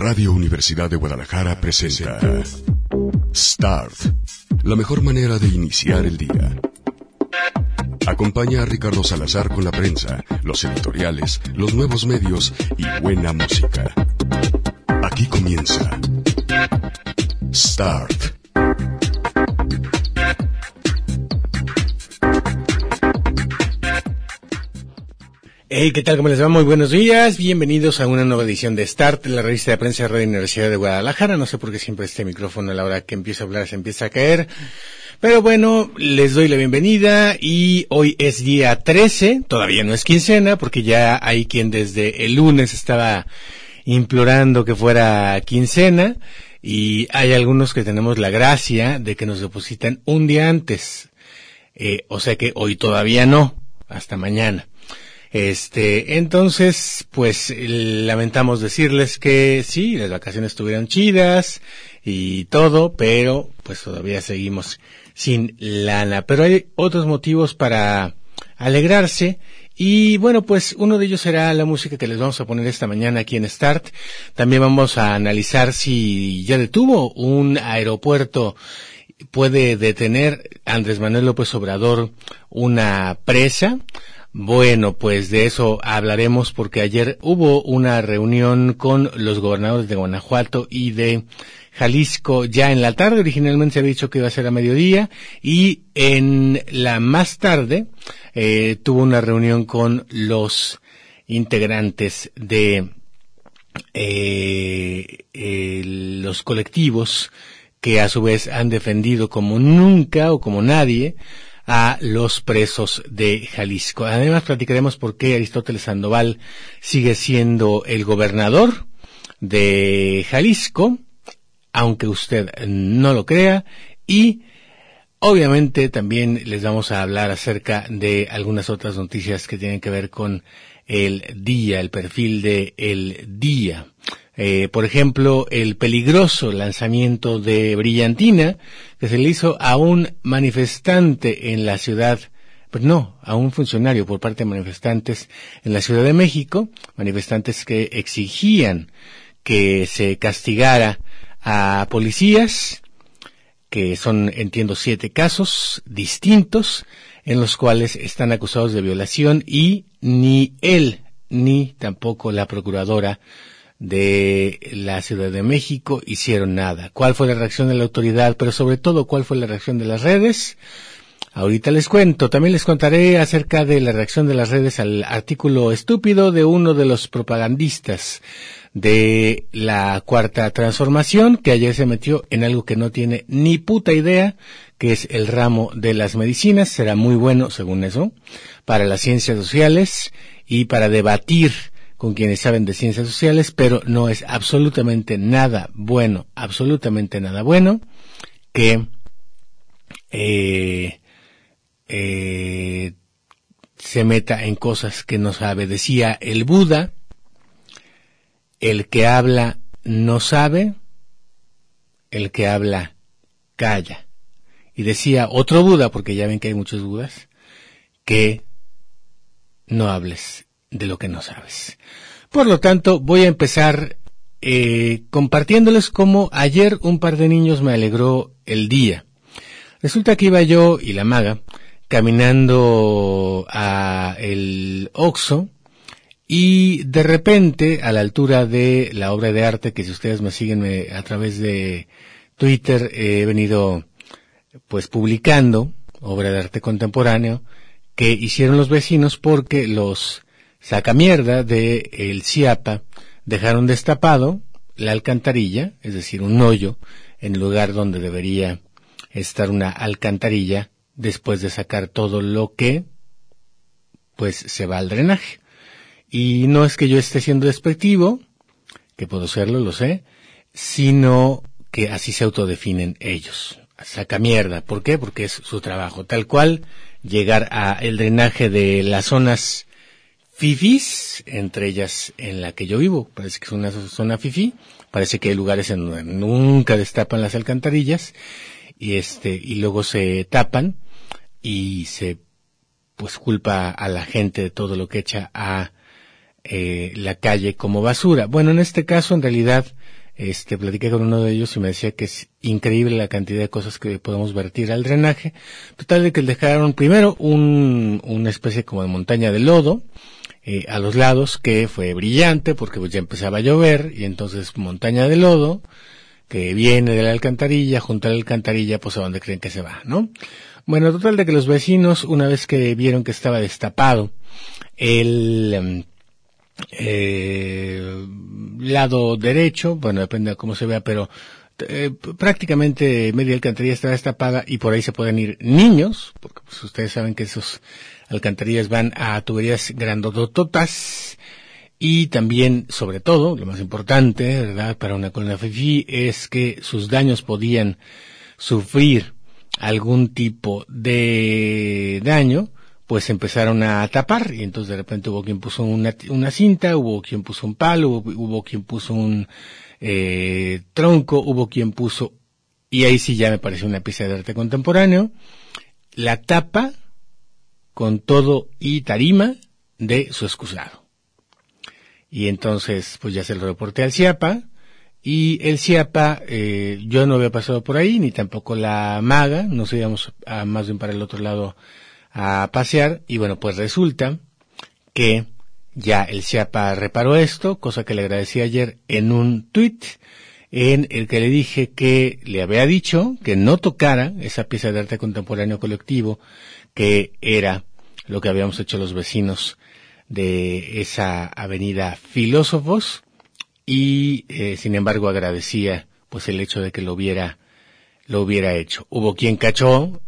Radio Universidad de Guadalajara presenta Start, la mejor manera de iniciar el día. Acompaña a Ricardo Salazar con la prensa, los editoriales, los nuevos medios y buena música. Aquí comienza Start. Hey, ¿qué tal? ¿Cómo les va? Muy buenos días. Bienvenidos a una nueva edición de Start, la revista de prensa de Radio Universidad de Guadalajara. No sé por qué siempre este micrófono a la hora que empiezo a hablar se empieza a caer. Pero bueno, les doy la bienvenida y hoy es día 13. Todavía no es quincena porque ya hay quien desde el lunes estaba implorando que fuera quincena. Y hay algunos que tenemos la gracia de que nos depositan un día antes. O sea que hoy todavía no, hasta mañana. Entonces, pues, lamentamos decirles que sí, las vacaciones estuvieron chidas y todo, pero pues todavía seguimos sin lana. Pero hay otros motivos para alegrarse y bueno, pues uno de ellos será la música que les vamos a poner esta mañana aquí en Start. También vamos a analizar si ya detuvo un aeropuerto. ¿Puede detener Andrés Manuel López Obrador una presa? Bueno, pues de eso hablaremos porque ayer hubo una reunión con los gobernadores de Guanajuato y de Jalisco ya en la tarde. Originalmente se había dicho que iba a ser a mediodía y en la más tarde tuvo una reunión con los integrantes de los colectivos que a su vez han defendido como nunca o como nadie a los presos de Jalisco. Además platicaremos por qué Aristóteles Sandoval sigue siendo el gobernador de Jalisco, aunque usted no lo crea, y obviamente también les vamos a hablar acerca de algunas otras noticias que tienen que ver con el día, el perfil de el día. Por ejemplo, el peligroso lanzamiento de brillantina que se le hizo a un manifestante en la ciudad, pues no, a un funcionario por parte de manifestantes en la Ciudad de México, manifestantes que exigían que se castigara a policías, que son, entiendo, 7 casos distintos en los cuales están acusados de violación y ni él ni tampoco la procuradora de la Ciudad de México hicieron nada. ¿Cuál fue la reacción de la autoridad? Pero sobre todo, ¿cuál fue la reacción de las redes? Ahorita les cuento. También les contaré acerca de la reacción de las redes al artículo estúpido de uno de los propagandistas de la Cuarta Transformación, que ayer se metió en algo que no tiene ni puta idea, que es el ramo de las medicinas. Será muy bueno, según eso, para las ciencias sociales y para debatir con quienes saben de ciencias sociales, pero no es absolutamente nada bueno que se meta en cosas que no sabe. Decía el Buda, el que habla no sabe, el que habla calla. Y decía otro Buda, porque ya ven que hay muchos Budas, que no hables de lo que no sabes. Por lo tanto, voy a empezar compartiéndoles cómo ayer un par de niños me alegró el día. Resulta que iba yo y la maga caminando a el Oxxo y de repente, a la altura de la obra de arte, que si ustedes me siguen a través de Twitter, he venido pues publicando obra de arte contemporáneo que hicieron los vecinos porque los sacamierda de el CIAPA dejaron destapado la alcantarilla, es decir, un hoyo en el lugar donde debería estar una alcantarilla después de sacar todo lo que pues se va al drenaje. Y no es que yo esté siendo despectivo, que puedo serlo, lo sé, sino que así se autodefinen ellos. Sacamierda. ¿Por qué? Porque es su trabajo. Tal cual, llegar a el drenaje de las zonas fifís, entre ellas en la que yo vivo, parece que es una zona fifí, parece que hay lugares en donde nunca destapan las alcantarillas, y luego se tapan, y se, pues culpa a la gente de todo lo que echa a la calle como basura. Bueno, en este caso, en realidad, platiqué con uno de ellos y me decía que es increíble la cantidad de cosas que podemos vertir al drenaje. Total de que dejaron primero una especie como de montaña de lodo, a los lados, que fue brillante porque pues ya empezaba a llover, y entonces montaña de lodo, que viene de la alcantarilla, junto a la alcantarilla, pues a donde creen que se va, ¿no? Bueno, total de que los vecinos, una vez que vieron que estaba destapado el lado derecho, bueno, depende de cómo se vea, pero prácticamente media alcantarilla estaba destapada y por ahí se pueden ir niños, porque pues ustedes saben que esos alcantarillas van a tuberías grandotototas. Y también, sobre todo, lo más importante, ¿verdad?, para una colonia fifí, es que sus daños podían sufrir algún tipo de daño, pues empezaron a tapar, y entonces de repente hubo quien puso una cinta, hubo quien puso un palo, hubo quien puso un tronco, hubo quien puso, y ahí sí ya me pareció una pieza de arte contemporáneo, la tapa con todo y tarima de su excusado. Y entonces, pues ya se lo reporté al CIAPA, y el CIAPA, yo no había pasado por ahí, ni tampoco la maga, nos íbamos a más bien para el otro lado a pasear, y bueno, pues resulta que ya el CIAPA reparó esto, cosa que le agradecí ayer en un tuit, en el que le dije que le había dicho que no tocara esa pieza de arte contemporáneo colectivo, que era lo que habíamos hecho los vecinos de esa avenida Filósofos, y sin embargo agradecía pues el hecho de que lo hubiera hecho. Hubo quien cachó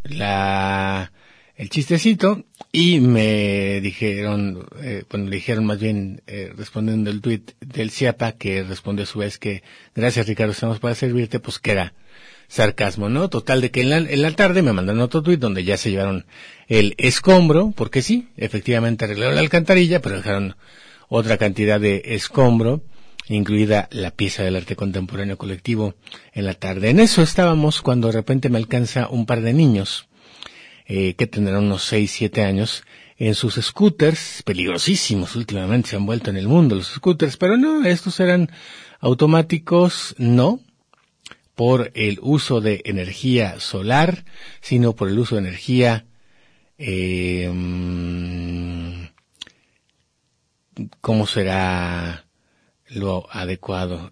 el chistecito y me dijeron, le dijeron más bien, respondiendo el tuit del CIAPA, que respondió a su vez que gracias Ricardo, estamos para servirte, pues que era sarcasmo, ¿no? Total de que en la tarde me mandaron otro tuit donde ya se llevaron el escombro, porque sí, efectivamente arreglaron la alcantarilla, pero dejaron otra cantidad de escombro, incluida la pieza del arte contemporáneo colectivo, en la tarde. En eso estábamos cuando de repente me alcanza un par de niños, que tendrán unos 6, 7 años, en sus scooters, peligrosísimos últimamente se han vuelto en el mundo los scooters, pero no, estos eran automáticos, no por el uso de energía solar, sino por el uso de energía, ¿cómo será lo adecuado?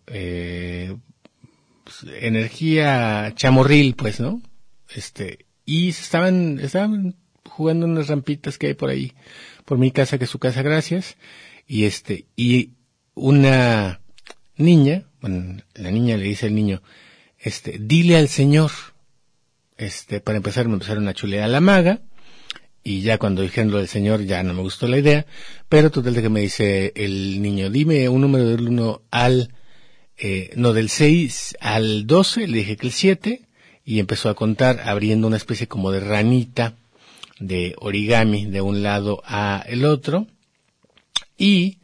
Energía chamorril, pues, ¿no? Y estaban jugando en unas rampitas que hay por ahí, por mi casa, que es su casa, gracias, y una niña, bueno, la niña le dice al niño, dile al señor, para empezar me empezaron a chulear a la maga, y ya cuando dijeron lo del señor ya no me gustó la idea, pero total de que me dice el niño, dime un número del 1 del 6 al 12, le dije que el 7, y empezó a contar abriendo una especie como de ranita de origami de un lado a el otro, y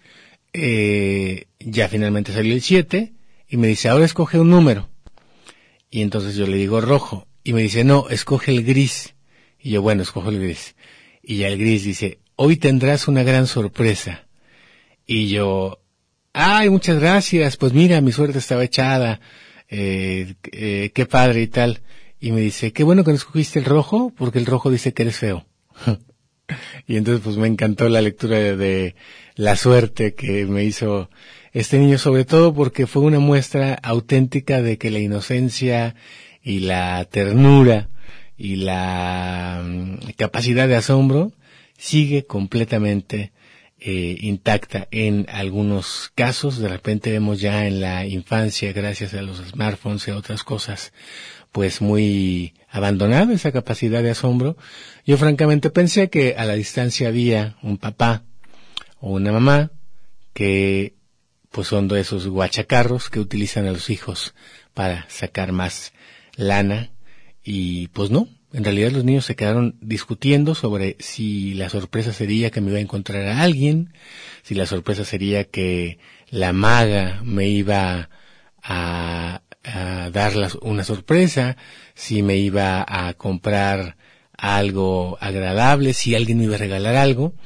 ya finalmente salió el 7, y me dice, ahora escoge un número. Y entonces yo le digo rojo, y me dice, no, escoge el gris. Y yo, bueno, escojo el gris. Y ya el gris dice, hoy tendrás una gran sorpresa. Y yo, ay, muchas gracias, pues mira, mi suerte estaba echada, qué padre y tal. Y me dice, qué bueno que no escogiste el rojo, porque el rojo dice que eres feo. Y entonces pues me encantó la lectura de la suerte que me hizo este niño, sobre todo porque fue una muestra auténtica de que la inocencia y la ternura y la capacidad de asombro sigue completamente intacta en algunos casos. De repente vemos ya en la infancia, gracias a los smartphones y a otras cosas, pues muy abandonada esa capacidad de asombro. Yo francamente pensé que a la distancia había un papá o una mamá que pues son de esos guachacarros que utilizan a los hijos para sacar más lana, y pues no, en realidad los niños se quedaron discutiendo sobre si la sorpresa sería que me iba a encontrar a alguien, si la sorpresa sería que la maga me iba a dar una sorpresa, si me iba a comprar algo agradable, si alguien me iba a regalar algo.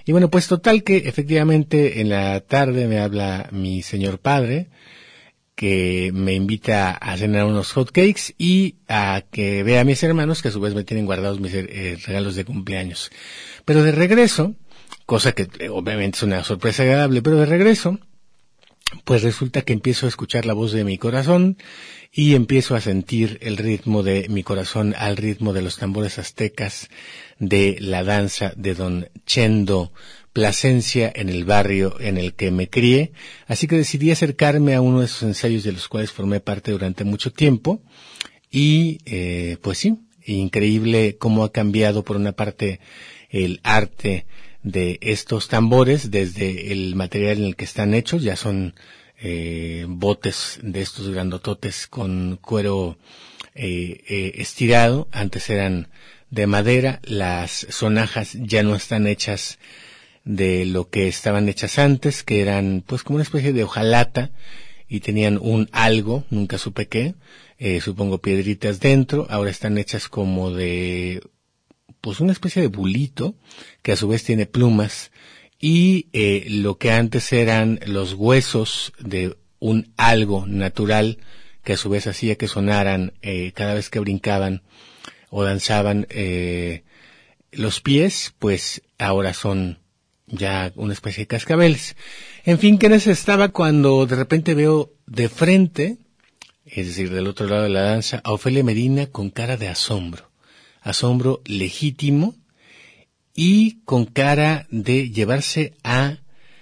Y bueno, pues total que efectivamente en la tarde me habla mi señor padre, que me invita a cenar unos hotcakes y a que vea a mis hermanos, que a su vez me tienen guardados mis regalos de cumpleaños. Pero de regreso, cosa que obviamente es una sorpresa agradable, pero de regreso, pues resulta que empiezo a escuchar la voz de mi corazón y empiezo a sentir el ritmo de mi corazón al ritmo de los tambores aztecas de la danza de don Chendo Plasencia en el barrio en el que me crié. Así que decidí acercarme a uno de esos ensayos de los cuales formé parte durante mucho tiempo y pues sí, increíble cómo ha cambiado por una parte el arte de estos tambores, desde el material en el que están hechos, ya son botes de estos grandototes con cuero estirado, antes eran de madera, las sonajas ya no están hechas de lo que estaban hechas antes, que eran pues como una especie de hojalata y tenían un algo, nunca supe qué, supongo piedritas dentro, ahora están hechas como de pues una especie de bulito que a su vez tiene plumas y lo que antes eran los huesos de un algo natural que a su vez hacía que sonaran cada vez que brincaban o danzaban los pies, pues ahora son ya una especie de cascabeles. En fin, ¿qué necesitaba cuando de repente veo de frente, es decir, del otro lado de la danza, a Ofelia Medina con cara de asombro legítimo y con cara de llevarse a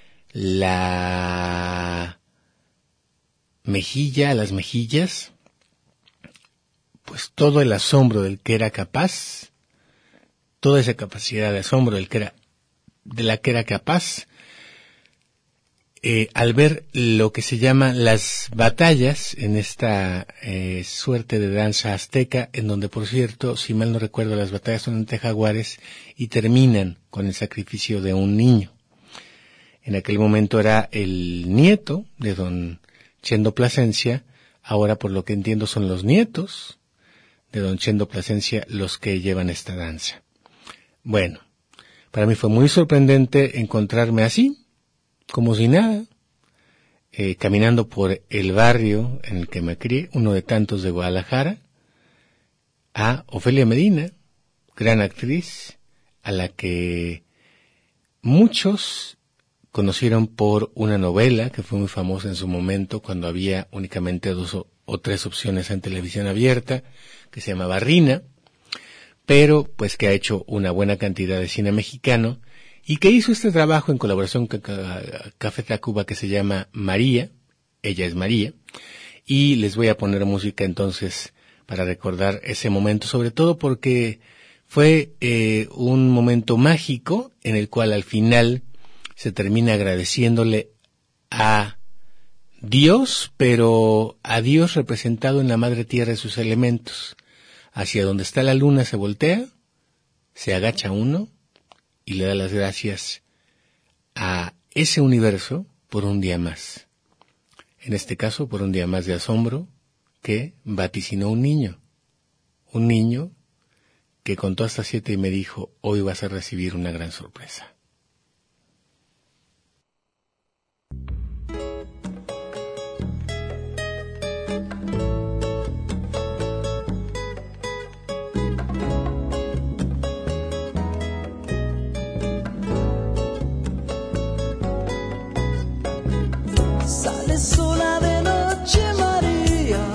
la mejilla, a las mejillas, pues todo el asombro del que era capaz, toda esa capacidad de asombro de la que era capaz, al ver lo que se llama las batallas en esta suerte de danza azteca, en donde, por cierto, si mal no recuerdo, las batallas son entre jaguares y terminan con el sacrificio de un niño. En aquel momento era el nieto de don Chendo Plasencia, ahora por lo que entiendo son los nietos de don Chendo Plasencia los que llevan esta danza. Bueno, para mí fue muy sorprendente encontrarme así, como si nada, caminando por el barrio en el que me crié, uno de tantos de Guadalajara, a Ofelia Medina, gran actriz, a la que muchos conocieron por una novela que fue muy famosa en su momento, cuando había únicamente 2 o 3 opciones en televisión abierta, que se llamaba Rina, pero pues que ha hecho una buena cantidad de cine mexicano, y que hizo este trabajo en colaboración con Café Tacuba que se llama María, ella es María, y les voy a poner música entonces para recordar ese momento, sobre todo porque fue un momento mágico en el cual al final se termina agradeciéndole a Dios, pero a Dios representado en la Madre Tierra y sus elementos. Hacia donde está la luna se voltea, se agacha uno, y le da las gracias a ese universo por un día más. En este caso, por un día más de asombro que vaticinó un niño que contó hasta 7 y me dijo, hoy vas a recibir una gran sorpresa. Sola de noche, María,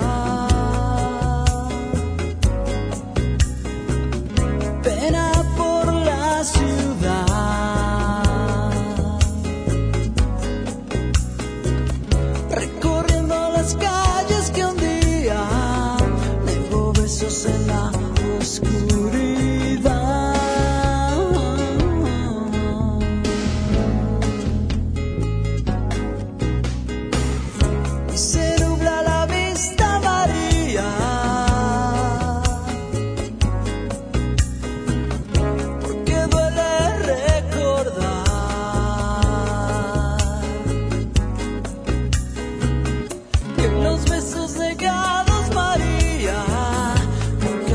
pena por la ciudad, recorriendo las calles que un día negó besos en la oscuridad.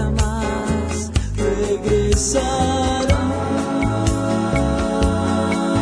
Regresará.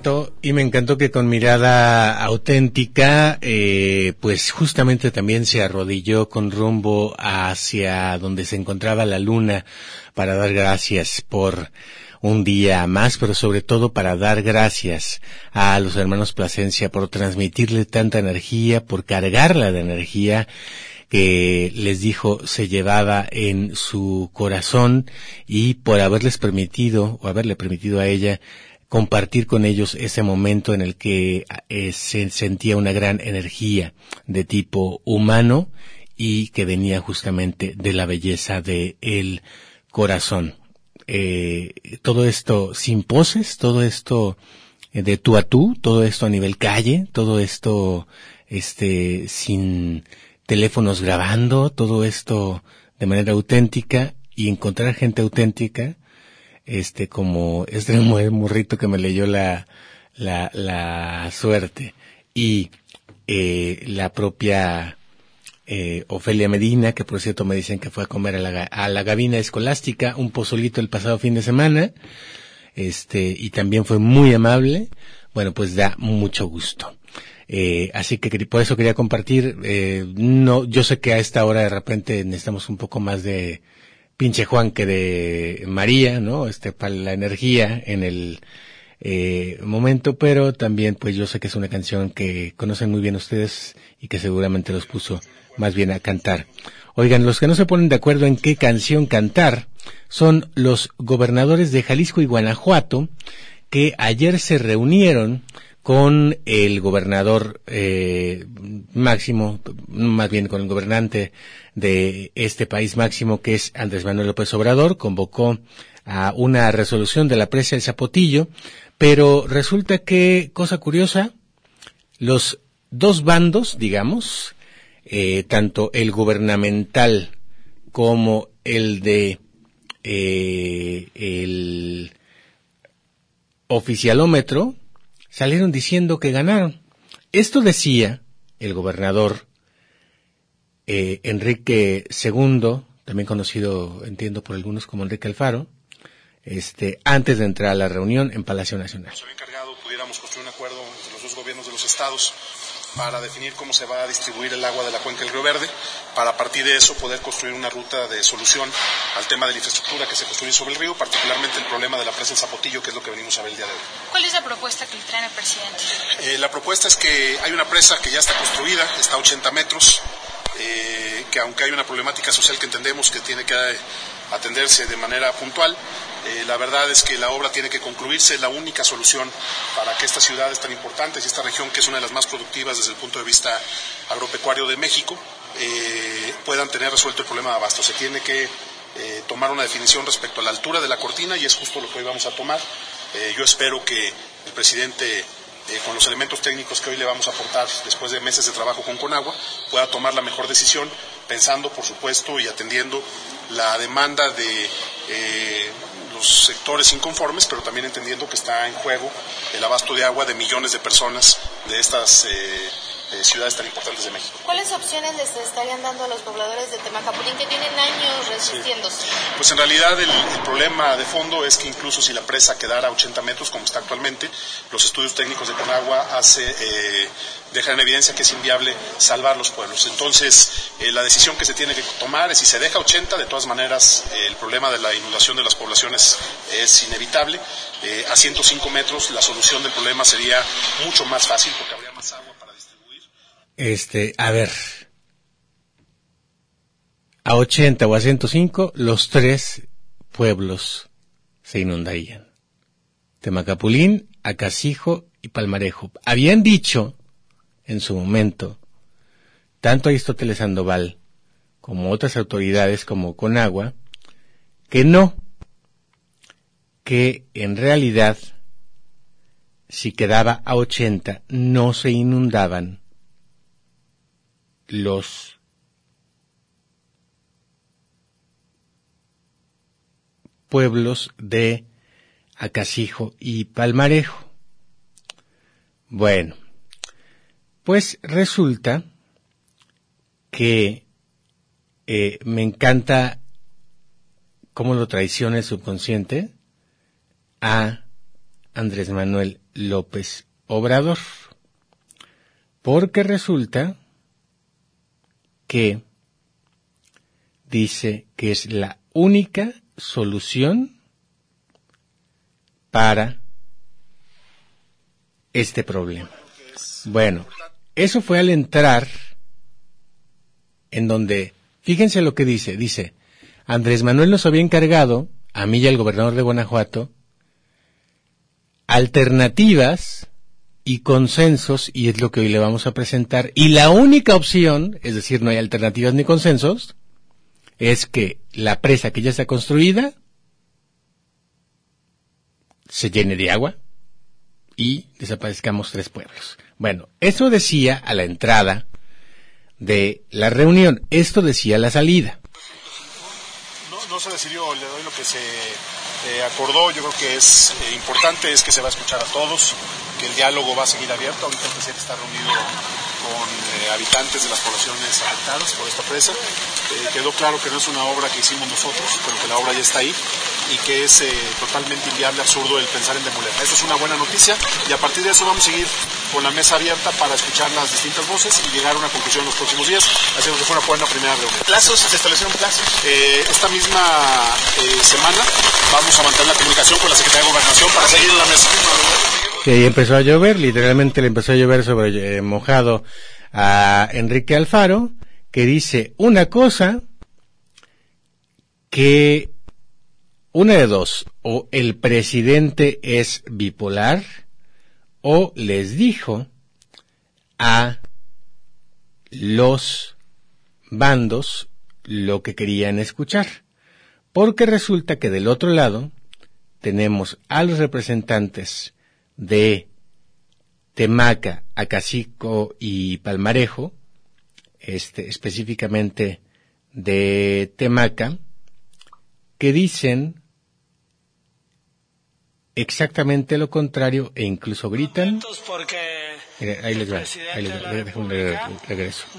encantó que con mirada auténtica, pues justamente también se arrodilló con rumbo hacia donde se encontraba la luna para dar gracias por un día más, pero sobre todo para dar gracias a los hermanos Plasencia por transmitirle tanta energía, por cargarla de energía que les dijo se llevaba en su corazón, y por haberle permitido a ella compartir con ellos ese momento en el que se sentía una gran energía de tipo humano y que venía justamente de la belleza de el corazón. Todo esto sin poses, todo esto de tú a tú, todo esto a nivel calle, todo esto sin teléfonos grabando, todo esto de manera auténtica, y encontrar gente auténtica, como morrito que me leyó la suerte, y la propia Ofelia Medina, que por cierto me dicen que fue a comer a la Gavina Escolástica un pozolito el pasado fin de semana, y también fue muy amable. Bueno, pues da mucho gusto. Así que por eso quería compartir. No, yo sé que a esta hora de repente necesitamos un poco más de pinche Juan que de María, ¿no? Para la energía en el momento, pero también pues yo sé que es una canción que conocen muy bien ustedes y que seguramente los puso más bien a cantar. Oigan, los que no se ponen de acuerdo en qué canción cantar son los gobernadores de Jalisco y Guanajuato, que ayer se reunieron con el gobernador máximo, más bien con el gobernante de este país máximo, que es Andrés Manuel López Obrador. Convocó a una resolución de la presa del Zapotillo, pero resulta que, cosa curiosa, los dos bandos, digamos, tanto el gubernamental como el de el oficialómetro, salieron diciendo que ganaron. Esto decía el gobernador Enrique II, también conocido, entiendo por algunos como Enrique Alfaro, antes de entrar a la reunión en Palacio Nacional. Nos había encargado pudiéramos construir un acuerdo entre los dos gobiernos de los estados para definir cómo se va a distribuir el agua de la cuenca del Río Verde, para a partir de eso poder construir una ruta de solución al tema de la infraestructura que se construye sobre el río, particularmente el problema de la presa del Zapotillo, que es lo que venimos a ver el día de hoy. ¿Cuál es la propuesta que le traen al presidente? La propuesta es que hay una presa que ya está construida, está a 80 metros, que aunque hay una problemática social que entendemos que tiene que atenderse de manera puntual, la verdad es que la obra tiene que concluirse. Es la única solución para que estas ciudades tan importantes y esta región, que es una de las más productivas desde el punto de vista agropecuario de México, puedan tener resuelto el problema de abasto. Se tiene que tomar una definición respecto a la altura de la cortina, y es justo lo que hoy vamos a tomar. Yo espero que el presidente, con los elementos técnicos que hoy le vamos a aportar después de meses de trabajo con Conagua, pueda tomar la mejor decisión, pensando, por supuesto, y atendiendo la demanda de los sectores inconformes, pero también entendiendo que está en juego el abasto de agua de millones de personas de estas ciudades tan importantes de México. ¿Cuáles opciones les estarían dando a los pobladores de Temacapulín, que tienen años resistiéndose? Sí. Pues en realidad el problema de fondo es que incluso si la presa quedara a 80 metros, como está actualmente, los estudios técnicos de Conagua dejan en evidencia que es inviable salvar los pueblos. Entonces, la decisión que se tiene que tomar es, si se deja 80, de todas maneras, el problema de la inundación de las poblaciones es inevitable. A 105 metros, la solución del problema sería mucho más fácil, porque habría más agua para distribuir. A ver, a 80 o a 105, los tres pueblos se inundarían: Temacapulín, Acacijo y Palmarejo. Habían dicho en su momento, tanto Aristóteles Sandoval como otras autoridades como Conagua, que no, que en realidad, si quedaba a 80, no se inundaban los pueblos de Acacijo y Palmarejo. Bueno, pues resulta que me encanta cómo lo traiciona el subconsciente a Andrés Manuel López Obrador, porque resulta que dice que es la única solución para este problema. Bueno, eso fue al entrar en donde, fíjense lo que dice, Andrés Manuel nos había encargado, a mí y al gobernador de Guanajuato, alternativas y consensos, y es lo que hoy le vamos a presentar, y la única opción, es decir, no hay alternativas ni consensos, es que la presa que ya está construida se llene de agua y desaparezcamos 3 pueblos. Bueno, eso decía a la entrada de la reunión, esto decía a la salida. No se decidió, le doy lo que se acordó. Yo creo que es importante, es que se va a escuchar a todos, que el diálogo va a seguir abierto. Ahorita el presidente está reunido con habitantes de las poblaciones afectadas por esta presa. Quedó claro que no es una obra que hicimos nosotros, pero que la obra ya está ahí y que es totalmente inviable, absurdo el pensar en demolerla. Eso es una buena noticia y a partir de eso vamos a seguir con la mesa abierta para escuchar las distintas voces y llegar a una conclusión en los próximos días. Así que fue una buena primera reunión. ¿Plazos? ¿Se establecieron plazos? Esta misma semana vamos a mantener la comunicación con la Secretaría de Gobernación para seguir en la mesa. Que empezó a llover, literalmente le empezó a llover sobre mojado a Enrique Alfaro, que dice una cosa que una de dos, o el presidente es bipolar, o les dijo a los bandos lo que querían escuchar, porque resulta que del otro lado tenemos a los representantes de Temaca, Acacico y Palmarejo, específicamente de Temaca, que dicen exactamente lo contrario e incluso gritan. Ahí les va, regreso.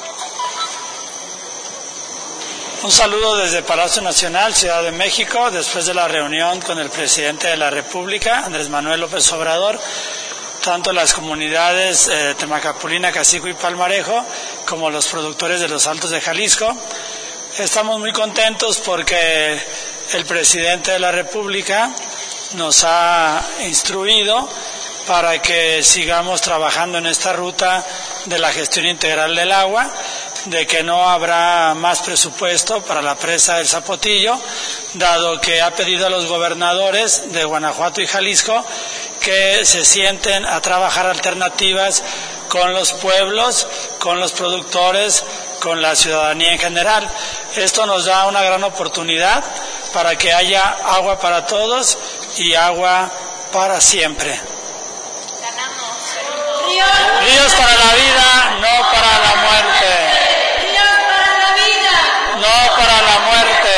Un saludo desde Palacio Nacional, Ciudad de México, después de la reunión con el presidente de la República, Andrés Manuel López Obrador. Tanto las comunidades Temacapulina, Acacico y Palmarejo, como los productores de los Altos de Jalisco. Estamos muy contentos porque el presidente de la República nos ha instruido para que sigamos trabajando en esta ruta de la gestión integral del agua, de que no habrá más presupuesto para la presa del Zapotillo, dado que ha pedido a los gobernadores de Guanajuato y Jalisco que se sienten a trabajar alternativas con los pueblos, con los productores, con la ciudadanía en general. Esto nos da una gran oportunidad para que haya agua para todos y agua para siempre. Ríos para la vida, no para la muerte. Ríos para la vida, no para la muerte.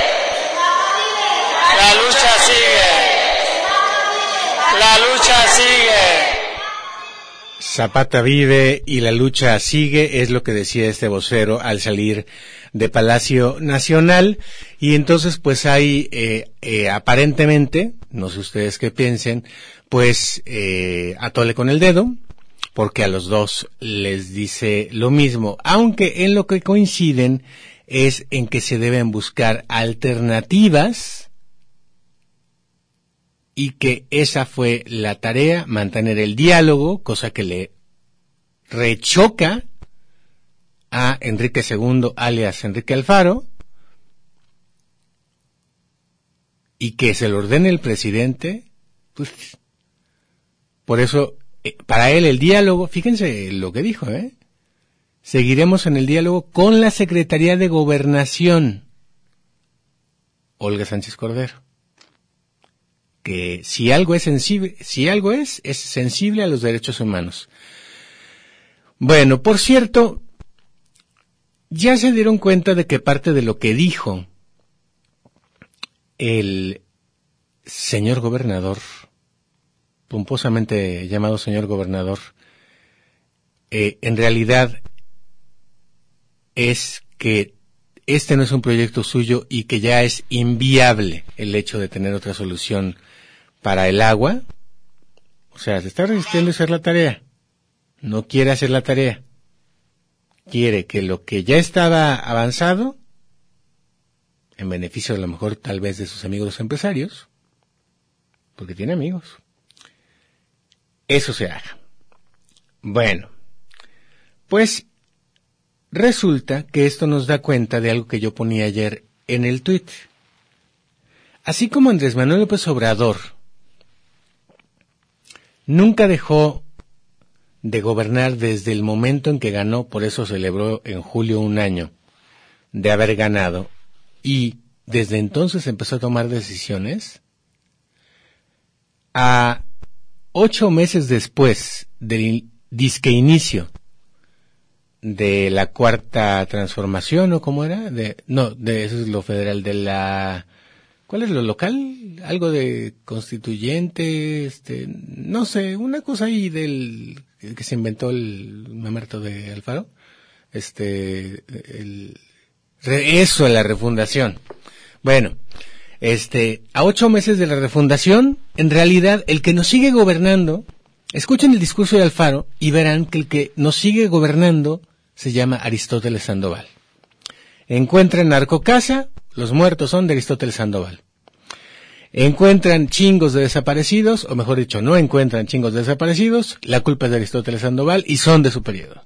La lucha sigue. La lucha sigue. Zapata vive y la lucha sigue, es lo que decía este vocero al salir de Palacio Nacional. Y entonces pues hay aparentemente, no sé ustedes qué piensen, pues atole con el dedo, porque a los dos les dice lo mismo, aunque en lo que coinciden es en que se deben buscar alternativas y que esa fue la tarea, mantener el diálogo, cosa que le rechoca a Enrique II, alias Enrique Alfaro, y que se lo ordene el presidente, pues, por eso, para él el diálogo, fíjense lo que dijo, seguiremos en el diálogo con la Secretaría de Gobernación, Olga Sánchez Cordero, que si algo es sensible a los derechos humanos. Bueno, por cierto, ya se dieron cuenta de que parte de lo que dijo el señor gobernador, pomposamente llamado señor gobernador, en realidad es que este no es un proyecto suyo y que ya es inviable el hecho de tener otra solución para el agua. O sea, se está resistiendo a hacer la tarea. No quiere hacer la tarea. Quiere que lo que ya estaba avanzado, en beneficio a lo mejor tal vez de sus amigos los empresarios, porque tiene amigos, eso se haga. Bueno, pues resulta que esto nos da cuenta de algo que yo ponía ayer en el tuit. Así como Andrés Manuel López Obrador nunca dejó de gobernar desde el momento en que ganó, por eso celebró en julio 1 año de haber ganado, y desde entonces empezó a tomar decisiones. A 8 meses después del disque inicio de la cuarta transformación, ¿o cómo era? Eso es lo federal, ¿cuál es lo local? Algo de constituyente, no sé, una cosa ahí del que se inventó el mamerto de Alfaro, eso, la refundación. Bueno, a 8 meses de la refundación, en realidad, el que nos sigue gobernando, escuchen el discurso de Alfaro y verán que el que nos sigue gobernando se llama Aristóteles Sandoval. Encuentran narcocasa, los muertos son de Aristóteles Sandoval. Encuentran chingos de desaparecidos, o mejor dicho, no encuentran chingos de desaparecidos, la culpa es de Aristóteles Sandoval y son de su periodo.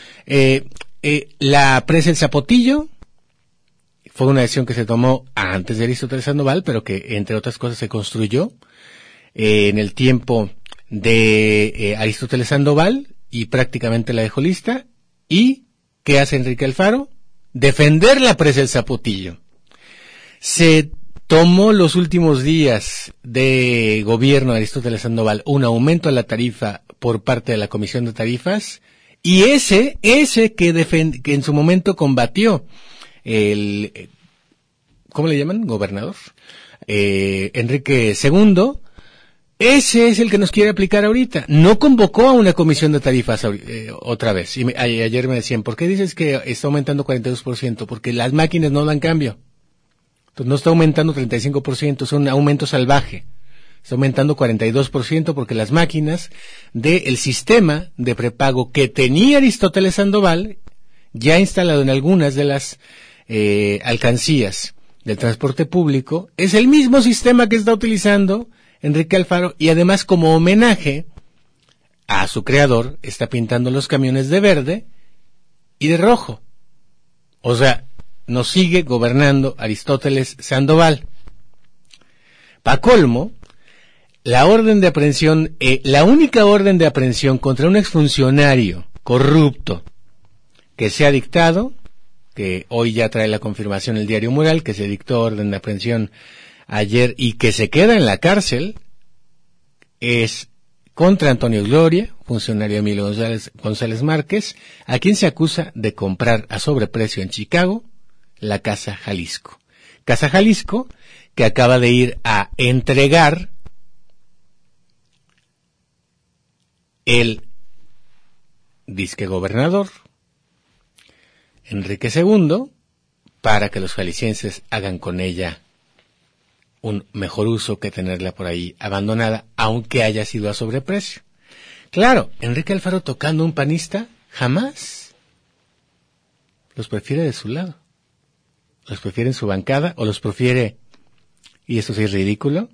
La presa El Zapotillo fue una decisión que se tomó antes de Aristóteles Sandoval, pero que entre otras cosas se construyó en el tiempo de Aristóteles Sandoval y prácticamente la dejó lista. ¿Y qué hace Enrique Alfaro? Defender la presa El Zapotillo. Se tomó los últimos días de gobierno de Aristóteles Sandoval un aumento a la tarifa por parte de la Comisión de Tarifas, y ese que en su momento combatió el, ¿cómo le llaman? Gobernador, Enrique II, ese es el que nos quiere aplicar ahorita. No convocó a una comisión de tarifas otra vez. Y ayer me decían, ¿por qué dices que está aumentando 42%? Porque las máquinas no dan cambio. Entonces no está aumentando 35%, es un aumento salvaje. Está aumentando 42% porque las máquinas del sistema de prepago que tenía Aristóteles Sandoval, ya instalado en algunas de las alcancías del transporte público, es el mismo sistema que está utilizando Enrique Alfaro, y además como homenaje a su creador está pintando los camiones de verde y de rojo. O sea, nos sigue gobernando Aristóteles Sandoval. Pa' colmo, la orden de aprehensión, la única orden de aprehensión contra un exfuncionario corrupto que se ha dictado, que hoy ya trae la confirmación el Diario Mural, que se dictó orden de aprehensión ayer y que se queda en la cárcel, es contra Antonio Gloria, funcionario de Emilio González Márquez, a quien se acusa de comprar a sobreprecio en Chicago la Casa Jalisco. Casa Jalisco que acaba de ir a entregar el disque gobernador Enrique II para que los jaliscienses hagan con ella un mejor uso que tenerla por ahí abandonada, aunque haya sido a sobreprecio. Claro, Enrique Alfaro tocando un panista, jamás los prefiere de su lado. Los prefiere en su bancada, o los prefiere, y esto sí es ridículo,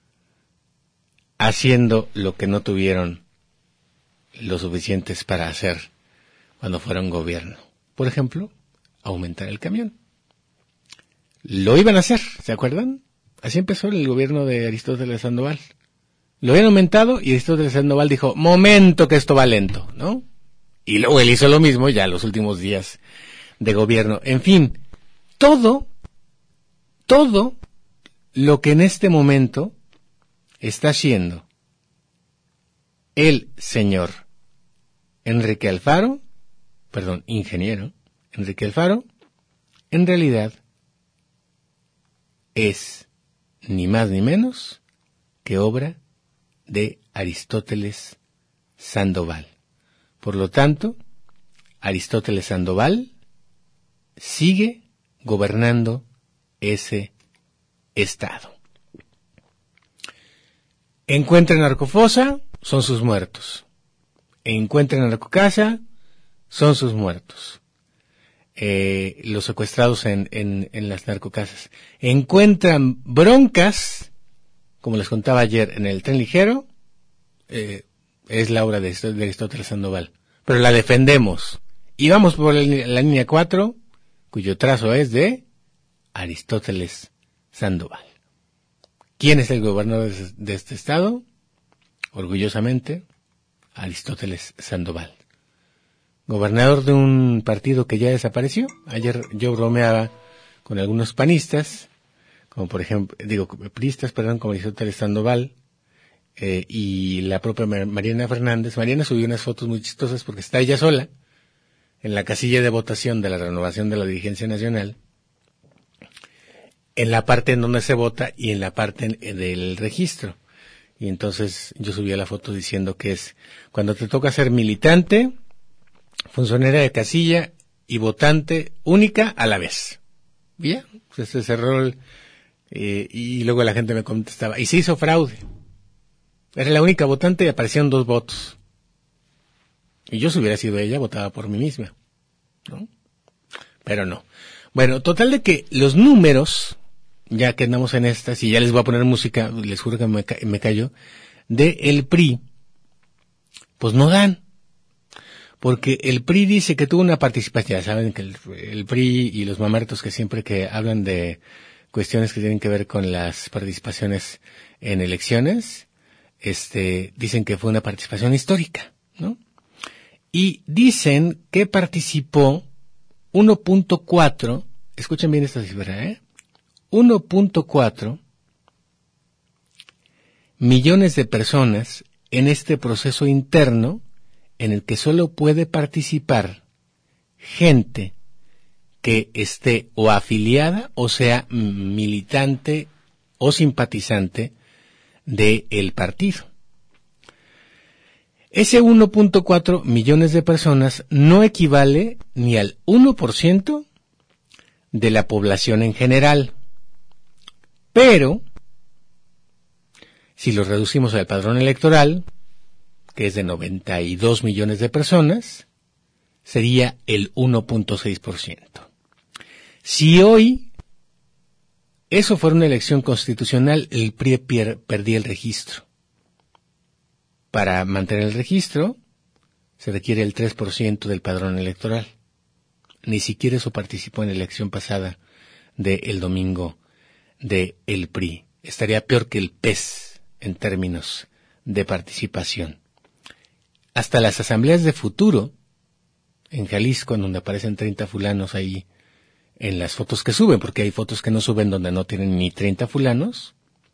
haciendo lo que no tuvieron los suficientes para hacer cuando fueron gobierno. Por ejemplo, aumentar el camión. Lo iban a hacer, ¿se acuerdan? Así empezó el gobierno de Aristóteles Sandoval. Lo habían aumentado y Aristóteles Sandoval dijo, momento que esto va lento, ¿no? Y luego él hizo lo mismo ya los últimos días de gobierno. En fin, todo lo que en este momento está haciendo el señor ingeniero Enrique Alfaro, en realidad es ni más ni menos que obra de Aristóteles Sandoval. Por lo tanto, Aristóteles Sandoval sigue gobernando ese estado. Encuentra narcofosa, son sus muertos. Encuentran narcocasa, son sus muertos. Los secuestrados en las narcocasas. Encuentran broncas, como les contaba ayer en el tren ligero, es la obra de Aristóteles Sandoval. Pero la defendemos. Y vamos por la línea 4, cuyo trazo es de Aristóteles Sandoval. ¿Quién es el gobernador de este estado? Orgullosamente, Aristóteles Sandoval. Gobernador de un partido que ya desapareció. Ayer yo bromeaba con algunos panistas, como por ejemplo, priistas, como Aristóteles Sandoval, y la propia Mariana Fernández. Mariana subió unas fotos muy chistosas porque está ella sola en la casilla de votación de la renovación de la dirigencia nacional, en la parte en donde se vota y en la parte del registro. Y entonces yo subí la foto diciendo que es cuando te toca ser militante, funcionaria de casilla y votante única a la vez. Bien, pues ese rol, y luego la gente me contestaba, y se hizo fraude. Era la única votante y aparecieron 2 votos. Y yo, si hubiera sido ella, votaba por mí misma, ¿no? Pero no. Bueno, total de que los números, ya que andamos en estas, y ya les voy a poner música, les juro que me callo, de el PRI, pues no dan. Porque el PRI dice que tuvo una participación, ya saben que el PRI y los mamertos que siempre que hablan de cuestiones que tienen que ver con las participaciones en elecciones, dicen que fue una participación histórica, ¿no? Y dicen que participó 1.4, escuchen bien esta cifra, 1.4 millones de personas en este proceso interno en el que solo puede participar gente que esté o afiliada o sea militante o simpatizante del partido. Ese 1.4 millones de personas no equivale ni al 1% de la población en general. Pero, si lo reducimos al padrón electoral, que es de 92 millones de personas, sería el 1.6%. Si hoy eso fuera una elección constitucional, el PRI perdía el registro. Para mantener el registro, se requiere el 3% del padrón electoral. Ni siquiera eso participó en la elección pasada del domingo del PRI. Estaría peor que el PES en términos de participación. Hasta las asambleas de futuro, en Jalisco, en donde aparecen 30 fulanos ahí en las fotos que suben, porque hay fotos que no suben donde no tienen ni 30 fulanos,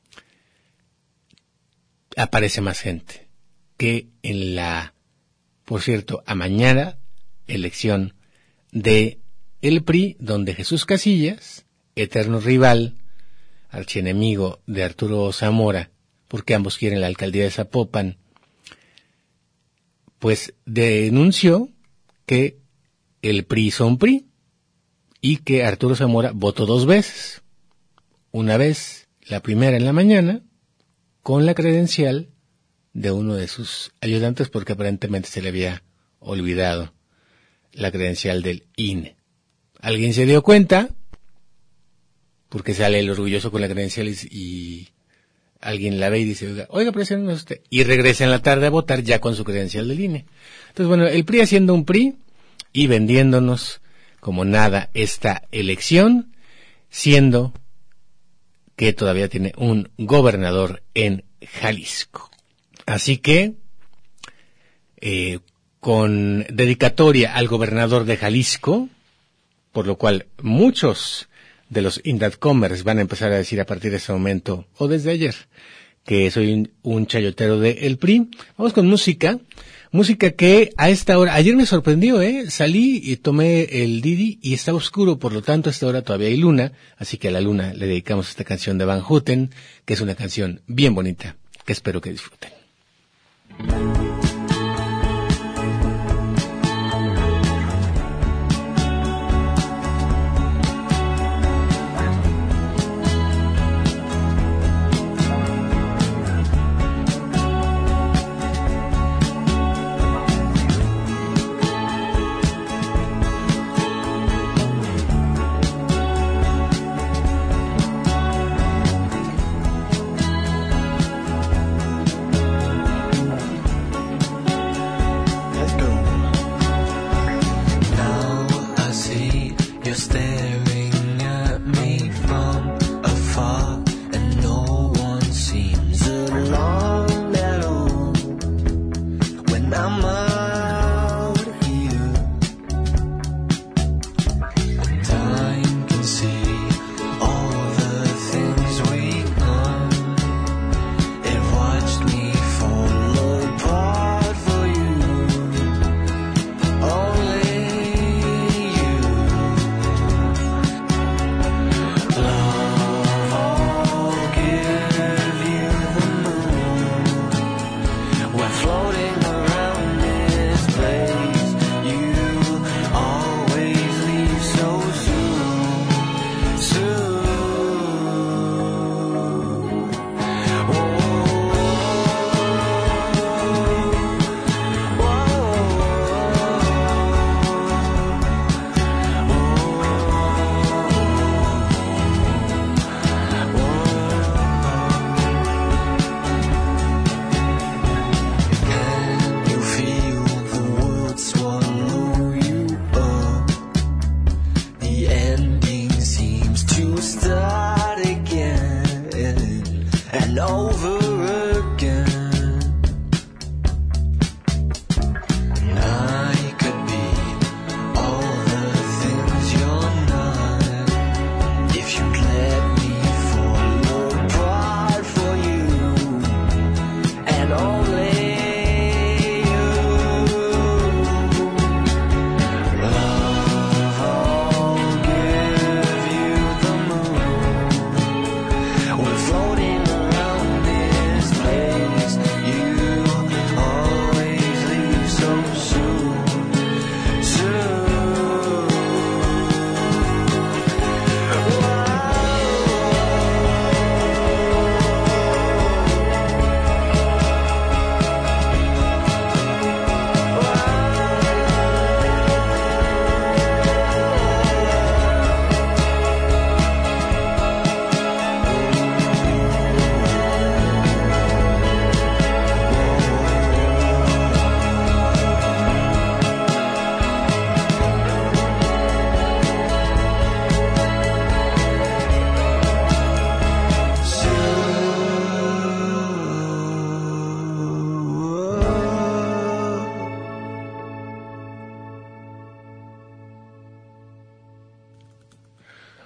aparece más gente que en la, por cierto, amañada elección de el PRI, donde Jesús Casillas, eterno rival, archienemigo de Arturo Zamora, porque ambos quieren la alcaldía de Zapopan, pues denunció que el PRI hizo un PRI y que Arturo Zamora votó 2 veces. Una vez, la primera en la mañana, con la credencial de uno de sus ayudantes, porque aparentemente se le había olvidado la credencial del INE. Alguien se dio cuenta, porque sale el orgulloso con la credencial y alguien la ve y dice, oiga, preséntenos usted, y regresa en la tarde a votar ya con su credencial del INE. Entonces, bueno, el PRI haciendo un PRI y vendiéndonos como nada esta elección, siendo que todavía tiene un gobernador en Jalisco. Así que, con dedicatoria al gobernador de Jalisco, por lo cual muchos de los Indadcomers van a empezar a decir a partir de ese momento, o desde ayer, que soy un chayotero de el PRI. Vamos con música que a esta hora, ayer me sorprendió, salí y tomé el Didi y estaba oscuro, por lo tanto a esta hora todavía hay luna, así que a la luna le dedicamos esta canción de Van Houten, que es una canción bien bonita, que espero que disfruten.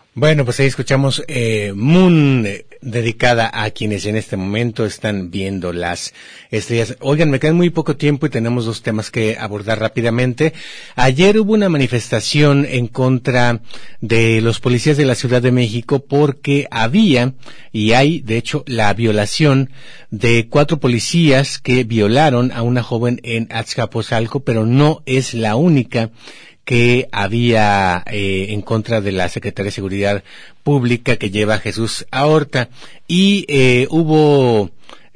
Bueno, pues ahí escuchamos Moon, dedicada a quienes en este momento están viendo las estrellas. Oigan, me queda muy poco tiempo y tenemos 2 temas que abordar rápidamente. Ayer hubo una manifestación en contra de los policías de la Ciudad de México porque había, y hay, de hecho, la violación de 4 policías que violaron a una joven en Azcapotzalco, pero no es la única que había en contra de la Secretaría de Seguridad Pública que lleva Jesús Aorta, y hubo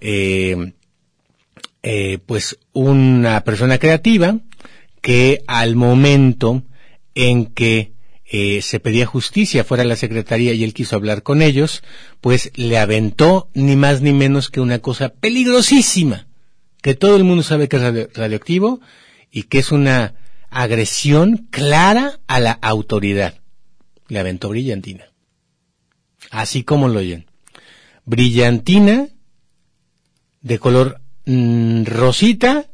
pues una persona creativa que al momento en que se pedía justicia fuera de la Secretaría y él quiso hablar con ellos, pues le aventó ni más ni menos que una cosa peligrosísima, que todo el mundo sabe que es radioactivo y que es una agresión clara a la autoridad. Le aventó brillantina. Así como lo oyen. Brillantina de color rosita,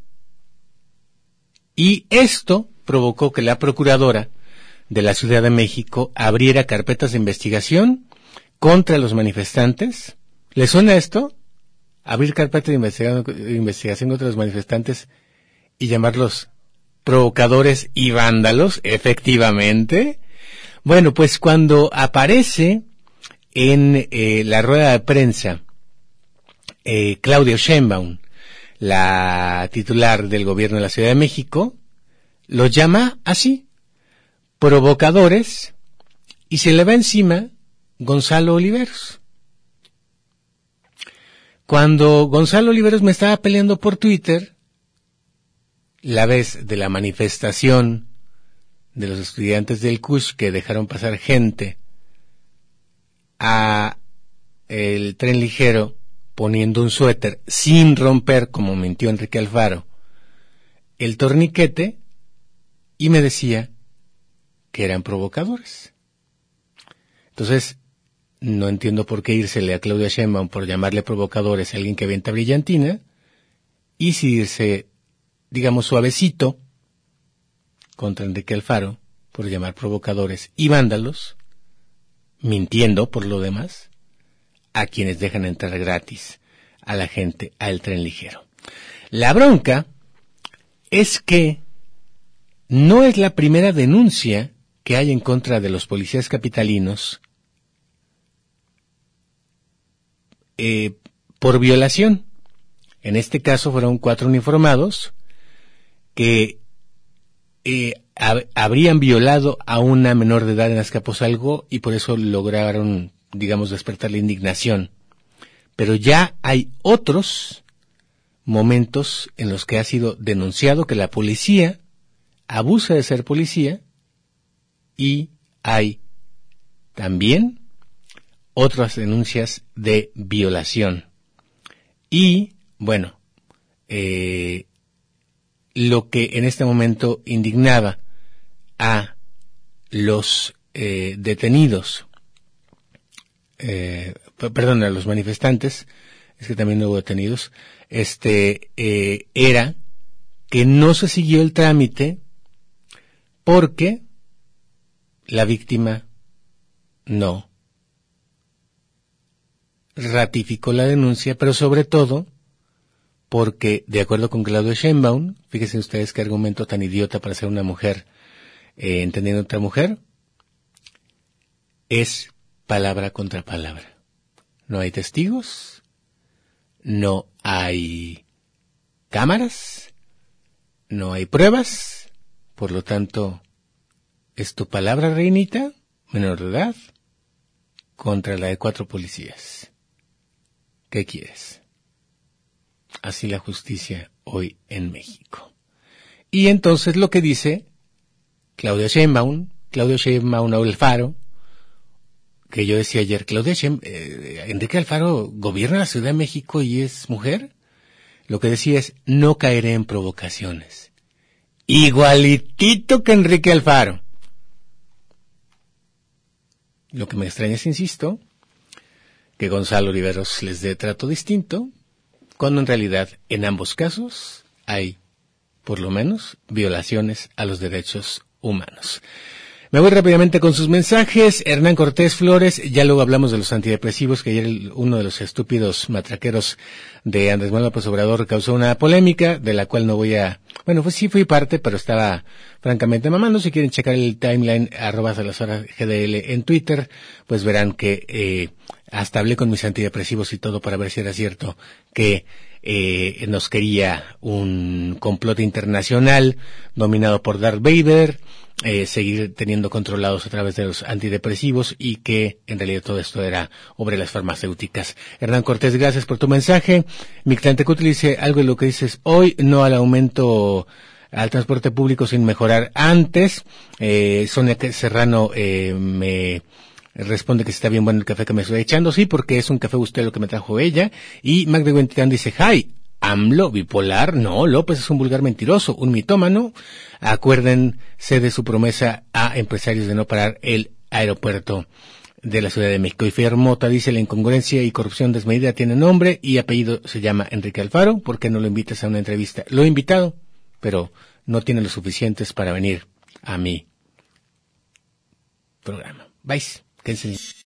y esto provocó que la procuradora de la Ciudad de México abriera carpetas de investigación contra los manifestantes. ¿Le suena esto? Abrir carpetas de investigación contra los manifestantes y llamarlos provocadores y vándalos, efectivamente. Bueno, pues cuando aparece en la rueda de prensa Claudia Sheinbaum, la titular del gobierno de la Ciudad de México, los llama así, provocadores, y se le va encima Gonzalo Oliveros. Cuando Gonzalo Oliveros me estaba peleando por Twitter la vez de la manifestación de los estudiantes del CUSH que dejaron pasar gente a el tren ligero poniendo un suéter sin romper, como mintió Enrique Alfaro, el torniquete, y me decía que eran provocadores. Entonces, no entiendo por qué írsele a Claudia Sheinbaum por llamarle provocadores a alguien que avienta brillantina, y si irse, digamos, suavecito contra Enrique Alfaro por llamar provocadores y vándalos, mintiendo por lo demás, a quienes dejan entrar gratis a la gente al tren ligero. La bronca es que no es la primera denuncia que hay en contra de los policías capitalinos por violación. En este caso fueron 4 uniformados que habrían violado a una menor de edad en Azcapotzalco y por eso lograron, digamos, despertar la indignación. Pero ya hay otros momentos en los que ha sido denunciado que la policía abusa de ser policía, y hay también otras denuncias de violación. Y, bueno, lo que en este momento indignaba a los detenidos, a los manifestantes, es que también no hubo detenidos, era que no se siguió el trámite porque la víctima no ratificó la denuncia, pero sobre todo porque, de acuerdo con Claudia Sheinbaum, fíjense ustedes qué argumento tan idiota para ser una mujer entendiendo a otra mujer, es palabra contra palabra. No hay testigos, no hay cámaras, no hay pruebas, por lo tanto, es tu palabra, reinita, menor de edad, contra la de 4 policías. ¿Qué quieres? Así la justicia hoy en México. Y entonces lo que dice Claudia Sheinbaum Alfaro, que yo decía ayer, Enrique Alfaro gobierna la Ciudad de México y es mujer, lo que decía es, no caeré en provocaciones. Igualitito que Enrique Alfaro. Lo que me extraña es, insisto, que Gonzalo Oliveros les dé trato distinto, cuando en realidad en ambos casos hay, por lo menos, violaciones a los derechos humanos. Me voy rápidamente con sus mensajes. Hernán Cortés Flores, ya luego hablamos de los antidepresivos, que ayer uno de los estúpidos matraqueros de Andrés Manuel López Obrador causó una polémica, de la cual no voy a... Bueno, pues sí fui parte, pero estaba francamente mamando. Si quieren checar el timeline, @SalazarGDL en Twitter, pues verán que hasta hablé con mis antidepresivos y todo para ver si era cierto que nos quería un complot internacional dominado por Darth Vader, seguir teniendo controlados a través de los antidepresivos, y que en realidad todo esto era obra de las farmacéuticas. Hernán Cortés, gracias por tu mensaje. Mictlantecutli dice algo de lo que dices hoy, no al aumento al transporte público sin mejorar antes. Sonia Serrano me responde que está bien bueno el café que me estoy echando. Sí, porque es un café usted lo que me trajo ella. Y Magda Huentitán dice, hi, AMLO, bipolar, no, López es un vulgar mentiroso, un mitómano. Acuérdense de su promesa a empresarios de no parar el aeropuerto de la Ciudad de México. Y Fer Mota dice, la incongruencia y corrupción desmedida tiene nombre y apellido, se llama Enrique Alfaro. ¿Por qué no lo invitas a una entrevista? Lo he invitado, pero no tiene los suficientes para venir a mi programa. Vais, quédense.